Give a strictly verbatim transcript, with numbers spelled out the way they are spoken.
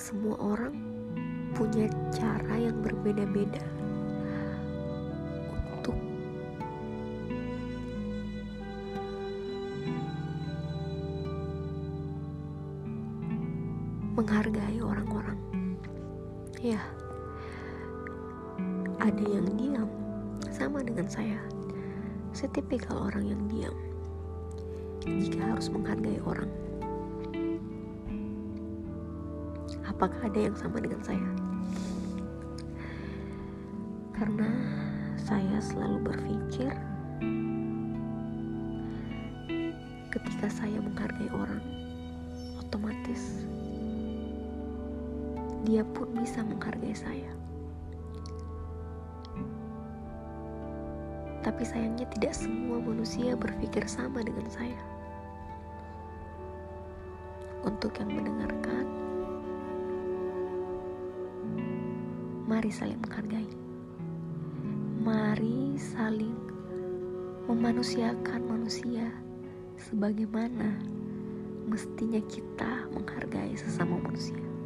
semua orang punya cara yang berbeda-beda untuk menghargai orang-orang. Ya, ada yang diam, sama dengan saya. Saya tipikal orang yang diam jika harus menghargai orang. Apakah ada yang sama dengan saya? Karena saya selalu berpikir ketika saya menghargai orang, otomatis dia pun bisa menghargai saya. Tapi sayangnya tidak semua manusia berpikir sama dengan saya. Untuk yang mendengarkan, mari saling menghargai. Mari saling memanusiakan manusia sebagaimana mestinya kita menghargai sesama manusia.